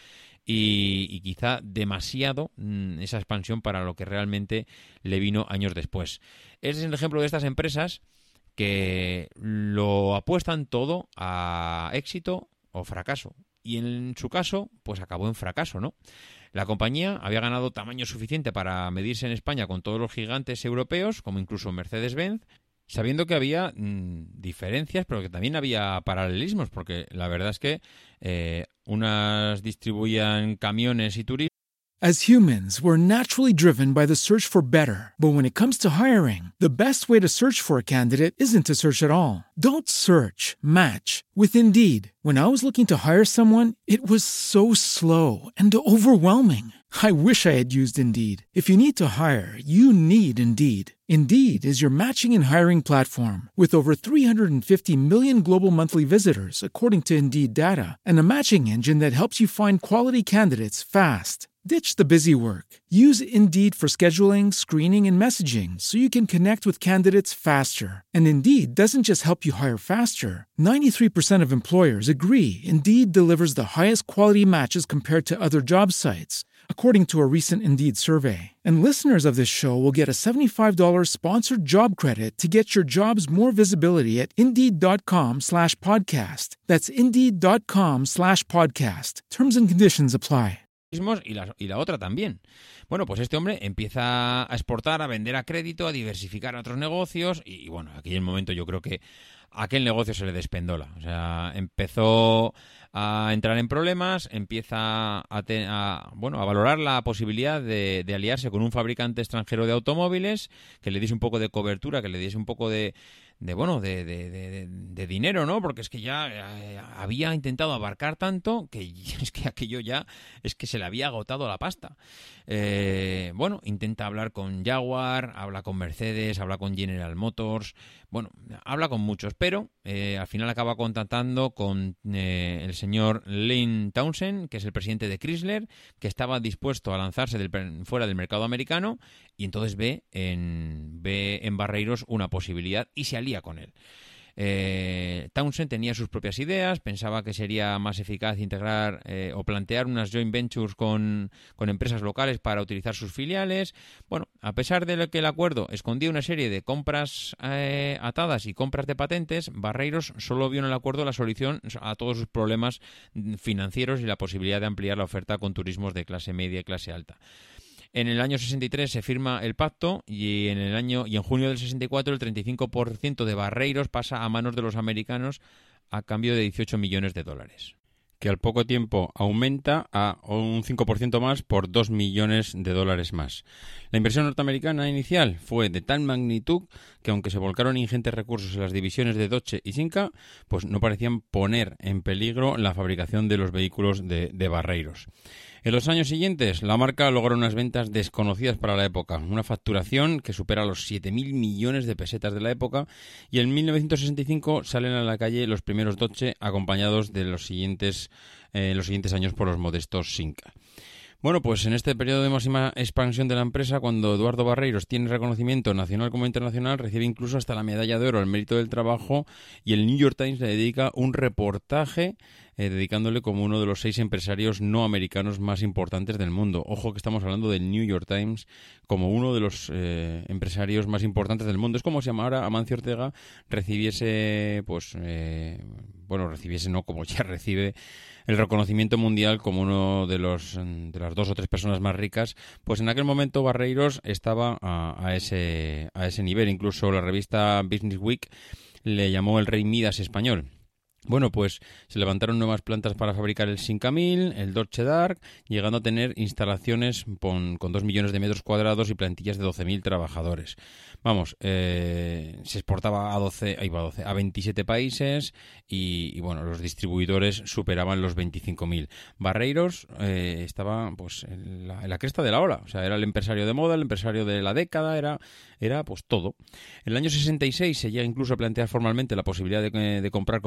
[SPEAKER 2] y, y quizá demasiado mmm, esa expansión para lo que realmente le vino años después. Ese es el ejemplo de estas empresas que lo apuestan todo a éxito o fracaso. Y en su caso, pues acabó en fracaso, ¿no? La compañía había ganado tamaño suficiente para medirse en España con todos los gigantes europeos, como incluso Mercedes-Benz, sabiendo que había mmm, diferencias, pero que también había paralelismos, porque la verdad es que eh, unas distribuían camiones y turistas.
[SPEAKER 1] As humans, we're naturally driven by the search for better. But when it comes to hiring, the best way to search for a candidate isn't to search at all. Don't search, match with Indeed. When I was looking to hire someone, it was so slow and overwhelming. I wish I had used Indeed. If you need to hire, you need Indeed. Indeed is your matching and hiring platform with over three hundred fifty million global monthly visitors, according to Indeed data, and a matching engine that helps you find quality candidates fast. Ditch the busy work. Use Indeed for scheduling, screening, and messaging so you can connect with candidates faster. And Indeed doesn't just help you hire faster. ninety-three percent of employers agree Indeed delivers the highest quality matches compared to other job sites, according to a recent Indeed survey. And listeners of this show will get a seventy-five dollars sponsored job credit to get your jobs more visibility at Indeed.com slash podcast. That's Indeed.com slash podcast. Terms and conditions apply.
[SPEAKER 2] Y la, y la otra también. Bueno, pues este hombre empieza a exportar, a vender a crédito, a diversificar a otros negocios y, y bueno, aquí en el momento yo creo que aquel negocio se le despendola. O sea, empezó a entrar en problemas, empieza a, te, a, bueno, a valorar la posibilidad de, de aliarse con un fabricante extranjero de automóviles que le diese un poco de cobertura, que le diese un poco de... de bueno, de, de, de, de dinero, ¿no? Porque es que ya eh, había intentado abarcar tanto que es que aquello ya es que se le había agotado la pasta. Eh, bueno, intenta hablar con Jaguar, habla con Mercedes, habla con General Motors, bueno, habla con muchos, pero eh, al final acaba contactando con eh, el señor Lane Townsend, que es el presidente de Chrysler, que estaba dispuesto a lanzarse del, fuera del mercado americano y entonces ve en, ve en Barreiros una posibilidad y se alía con él. Eh, Townsend tenía sus propias ideas, pensaba que sería más eficaz integrar eh, o plantear unas joint ventures con, con empresas locales para utilizar sus filiales. Bueno, a pesar de que el acuerdo escondía una serie de compras eh, atadas y compras de patentes, Barreiros solo vio en el acuerdo la solución a todos sus problemas financieros y la posibilidad de ampliar la oferta con turismos de clase media y clase alta. En el año sesenta y tres se firma el pacto y en el año y en junio del sesenta y cuatro el treinta y cinco por ciento de Barreiros pasa a manos de los americanos a cambio de dieciocho millones de dólares, que al poco tiempo aumenta a un cinco por ciento más por dos millones de dólares más. La inversión norteamericana inicial fue de tal magnitud que aunque se volcaron ingentes recursos en las divisiones de Dodge y Simca, pues no parecían poner en peligro la fabricación de los vehículos de, de Barreiros. En los años siguientes, la marca logró unas ventas desconocidas para la época, una facturación que supera los siete mil millones de pesetas de la época, y en mil novecientos sesenta y cinco salen a la calle los primeros Dodge, acompañados de los siguientes, eh, los siguientes años por los modestos Simca. Bueno, pues en este periodo de máxima expansión de la empresa, cuando Eduardo Barreiros tiene reconocimiento nacional como internacional, recibe incluso hasta la medalla de oro al mérito del trabajo y el New York Times le dedica un reportaje eh, dedicándole como uno de los seis empresarios no americanos más importantes del mundo. Ojo que estamos hablando del New York Times como uno de los eh, empresarios más importantes del mundo. Es como si ahora Amancio Ortega recibiese, pues, eh, bueno, recibiese, no, como ya recibe el reconocimiento mundial como uno de los de las dos o tres personas más ricas, pues en aquel momento Barreiros estaba a, a ese a ese nivel. Incluso la revista Business Week le llamó el Rey Midas español. Bueno, pues se levantaron nuevas plantas para fabricar el Simca mil, el Dodge Dart, llegando a tener instalaciones con, con dos millones de metros cuadrados y plantillas de doce mil trabajadores. Vamos, eh, se exportaba a doce, ahí va, a doce, a veintisiete países y, y bueno, los distribuidores superaban los veinticinco mil. Barreiros eh, estaba pues en la, en la cresta de la ola, o sea, era el empresario de moda, el empresario de la década, era, era pues todo. En el año sesenta y seis se llega incluso a plantear formalmente la posibilidad de, de comprar competidores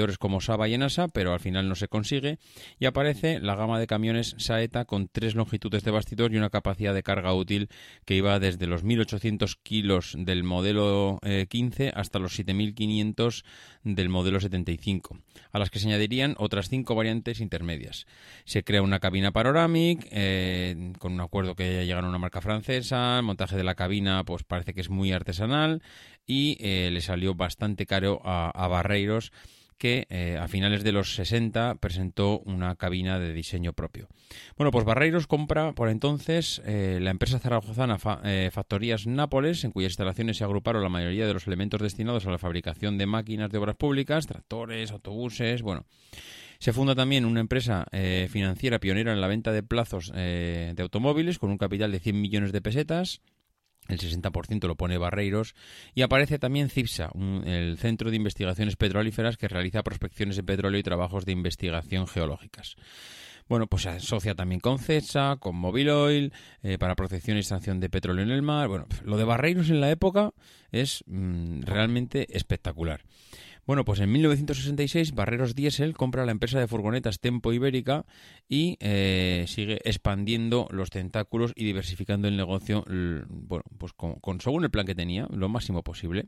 [SPEAKER 2] competidores como Saba y Enasa, pero al final no se consigue, y aparece la gama de camiones Saeta con tres longitudes de bastidor y una capacidad de carga útil que iba desde los mil ochocientos kilos del modelo eh, quince hasta los siete mil quinientos del modelo setenta y cinco, a las que se añadirían otras cinco variantes intermedias. Se crea una cabina panorámica eh, con un acuerdo que ya llegaron a una marca francesa. El montaje de la cabina pues parece que es muy artesanal y eh, le salió bastante caro a, a Barreiros, que eh, a finales de los sesenta presentó una cabina de diseño propio. Bueno, pues Barreiros compra por entonces eh, la empresa zaragozana fa, eh, Factorías Nápoles, en cuyas instalaciones se agruparon la mayoría de los elementos destinados a la fabricación de máquinas de obras públicas, tractores, autobuses, bueno. Se funda también una empresa eh, financiera pionera en la venta de plazos eh, de automóviles con un capital de cien millones de pesetas. El sesenta por ciento lo pone Barreiros, y aparece también CIPSA, un, el Centro de Investigaciones Petrolíferas, que realiza prospecciones de petróleo y trabajos de investigación geológicas. Bueno, pues se asocia también con CESA, con Mobil Oil, eh, para protección y extracción de petróleo en el mar. Bueno, lo de Barreiros en la época es mmm, realmente espectacular. Bueno, pues en mil novecientos sesenta y seis Barreiros Diesel compra la empresa de furgonetas Tempo Ibérica y eh, sigue expandiendo los tentáculos y diversificando el negocio, bueno, pues con, con según el plan que tenía, lo máximo posible.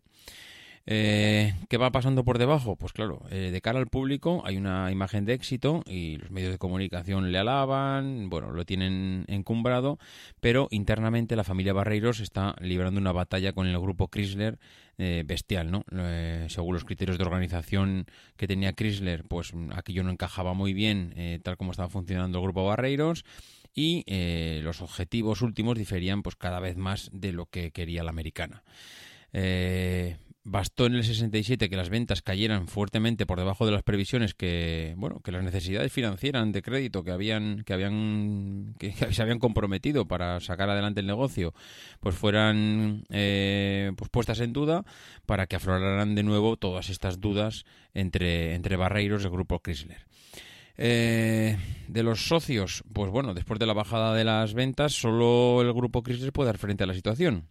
[SPEAKER 2] Eh, ¿Qué va pasando por debajo? Pues claro, eh, de cara al público hay una imagen de éxito y los medios de comunicación le alaban, bueno, lo tienen encumbrado, pero internamente la familia Barreiros está librando una batalla con el grupo Chrysler eh, bestial, ¿no? Eh, según los criterios de organización que tenía Chrysler, pues aquello no encajaba muy bien eh, tal como estaba funcionando el grupo Barreiros, y eh, los objetivos últimos diferían pues cada vez más de lo que quería la americana. Eh... Bastó en el sesenta y siete que las ventas cayeran fuertemente por debajo de las previsiones, que bueno, que las necesidades financieras de crédito que habían que habían que, que se habían comprometido para sacar adelante el negocio, pues fueran eh, pues puestas en duda, para que afloraran de nuevo todas estas dudas entre entre Barreiros y el grupo Chrysler. Eh, de los socios, pues bueno, después de la bajada de las ventas, solo el grupo Chrysler puede dar frente a la situación.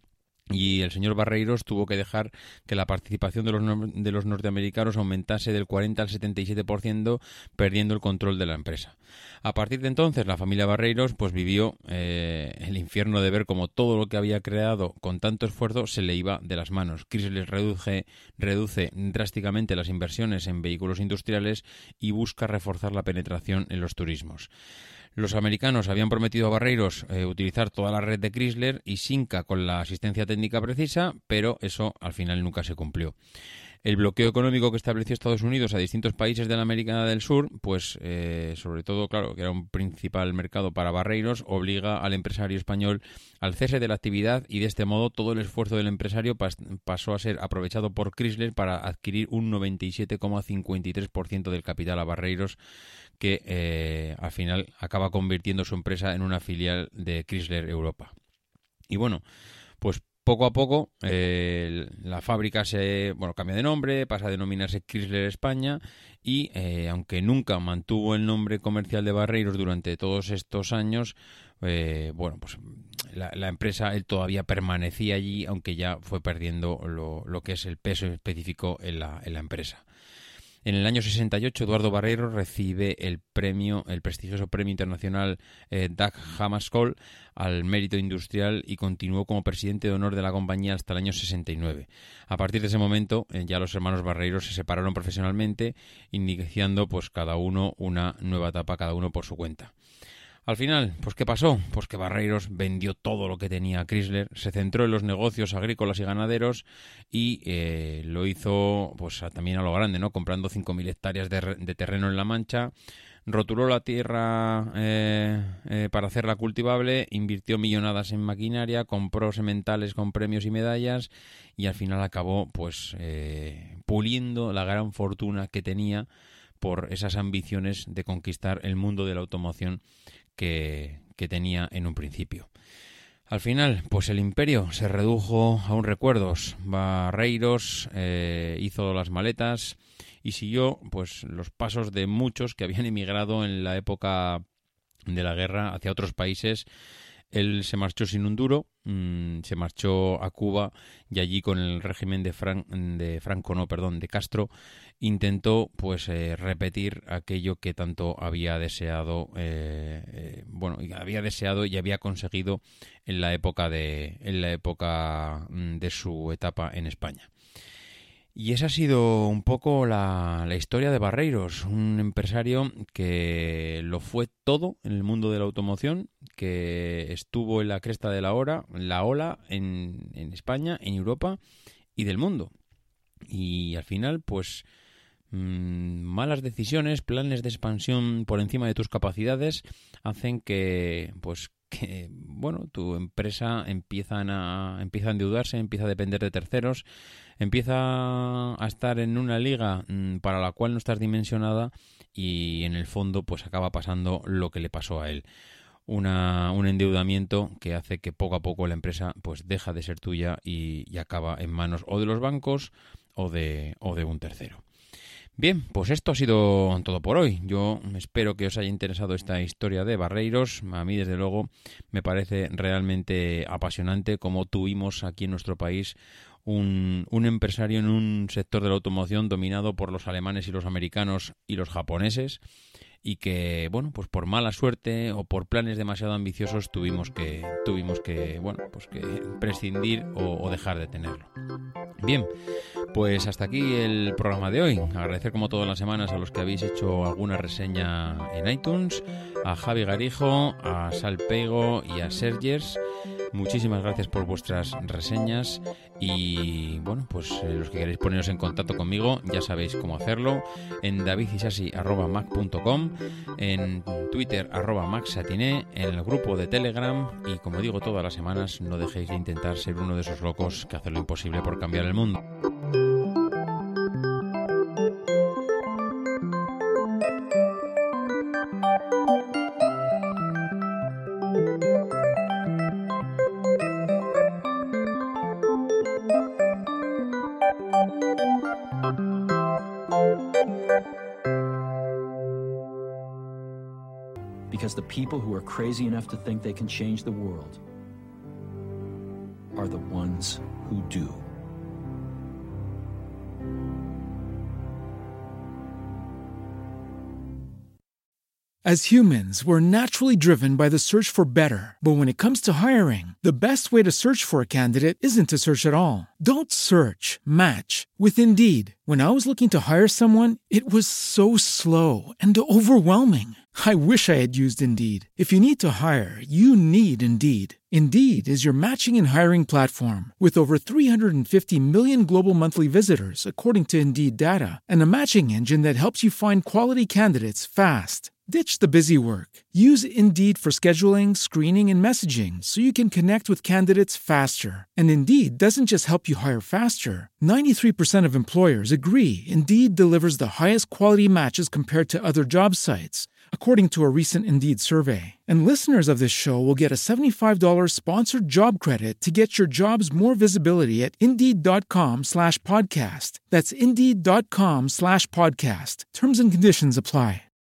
[SPEAKER 2] Y el señor Barreiros tuvo que dejar que la participación de los, no- de los norteamericanos aumentase del cuarenta al setenta y siete por ciento, perdiendo el control de la empresa. A partir de entonces, la familia Barreiros pues vivió eh, el infierno de ver cómo todo lo que había creado con tanto esfuerzo se le iba de las manos. Chrysler reduce, reduce drásticamente las inversiones en vehículos industriales y busca reforzar la penetración en los turismos. Los americanos habían prometido a Barreiros eh, utilizar toda la red de Chrysler y Simca con la asistencia técnica precisa, pero eso al final nunca se cumplió. El bloqueo económico que estableció Estados Unidos a distintos países de la América del Sur, pues eh, sobre todo, claro, que era un principal mercado para Barreiros, obliga al empresario español al cese de la actividad, y de este modo todo el esfuerzo del empresario pas- pasó a ser aprovechado por Chrysler para adquirir un noventa y siete coma cincuenta y tres por ciento del capital a Barreiros, que eh, al final acaba convirtiendo su empresa en una filial de Chrysler Europa. Y bueno, pues poco a poco eh, la fábrica se bueno cambia de nombre, pasa a denominarse Chrysler España, y eh, aunque nunca mantuvo el nombre comercial de Barreiros durante todos estos años, eh, bueno pues la, la empresa él todavía permanecía allí, aunque ya fue perdiendo lo, lo que es el peso específico en la, en la empresa. En el año sesenta y ocho, Eduardo Barreiros recibe el premio, el prestigioso premio internacional eh, Dag Hammarskjöld al mérito industrial, y continuó como presidente de honor de la compañía hasta el año sesenta y nueve. A partir de ese momento, eh, ya los hermanos Barreiros se separaron profesionalmente, iniciando pues cada uno una nueva etapa, cada uno por su cuenta. Al final, pues ¿qué pasó? Pues que Barreiros vendió todo lo que tenía Chrysler, se centró en los negocios agrícolas y ganaderos, y eh, lo hizo pues a, también a lo grande, ¿no? Comprando cinco mil hectáreas de, de terreno en La Mancha, rotuló la tierra eh, eh, para hacerla cultivable, invirtió millonadas en maquinaria, compró sementales con premios y medallas, y al final acabó pues eh, puliendo la gran fortuna que tenía por esas ambiciones de conquistar el mundo de la automoción que, que tenía en un principio. Al final, pues el imperio se redujo a un recuerdos. Barreiros eh, hizo las maletas y siguió pues los pasos de muchos que habían emigrado en la época de la guerra hacia otros países, Él se marchó sin un duro, mmm, se marchó a Cuba y allí con el régimen de, Fran- de Franco, no, perdón, de Castro, intentó pues eh, repetir aquello que tanto había deseado, eh, eh, bueno, había deseado y había conseguido en la época de, en la época de su etapa en España. Y esa ha sido un poco la, la historia de Barreiros, un empresario que lo fue todo en el mundo de la automoción, que estuvo en la cresta de la ola, la ola en, en España, en Europa y del mundo. Y al final, pues, mmm, malas decisiones, planes de expansión por encima de tus capacidades hacen que, pues, que, bueno, tu empresa empiezan a, empieza a endeudarse, empieza a depender de terceros, empieza a estar en una liga mmm, para la cual no estás dimensionada y en el fondo pues acaba pasando lo que le pasó a él. Una, un endeudamiento que hace que poco a poco la empresa pues deja de ser tuya y, y acaba en manos o de los bancos o de, o de un tercero. Bien, pues esto ha sido todo por hoy. Yo espero que os haya interesado esta historia de Barreiros. A mí, desde luego, me parece realmente apasionante cómo tuvimos aquí en nuestro país un, un empresario en un sector de la automoción dominado por los alemanes y los americanos y los japoneses, y que, bueno, pues por mala suerte o por planes demasiado ambiciosos tuvimos que, tuvimos que, bueno, pues que prescindir o, o dejar de tenerlo. Bien, pues hasta aquí el programa de hoy. Agradecer como todas las semanas a los que habéis hecho alguna reseña en iTunes, a Javi Garijo, a Sal Peigo y a Sergers. Muchísimas gracias por vuestras reseñas y, bueno, pues eh, los que queréis poneros en contacto conmigo ya sabéis cómo hacerlo en david isasi arroba mac punto com, en Twitter arroba maxatiné, en el grupo de Telegram y, como digo todas las semanas, no dejéis de intentar ser uno de esos locos que hacen lo imposible por cambiar el mundo.
[SPEAKER 4] Because the people who are crazy enough to think they can change the world are the ones who do.
[SPEAKER 1] As humans, we're naturally driven by the search for better. But when it comes to hiring, the best way to search for a candidate isn't to search at all. Don't search, match with Indeed. When I was looking to hire someone, it was so slow and overwhelming. I wish I had used Indeed. If you need to hire, you need Indeed. Indeed is your matching and hiring platform with over three hundred fifty million global monthly visitors, according to Indeed data, and a matching engine that helps you find quality candidates fast. Ditch the busy work. Use Indeed for scheduling, screening, and messaging so you can connect with candidates faster. And Indeed doesn't just help you hire faster. ninety-three percent of employers agree Indeed delivers the highest quality matches compared to other job sites, according to a recent Indeed survey. And listeners of this show will get a seventy-five dollars sponsored job credit to get your jobs more visibility at Indeed.com slash podcast. That's Indeed.com slash podcast. Terms and conditions apply.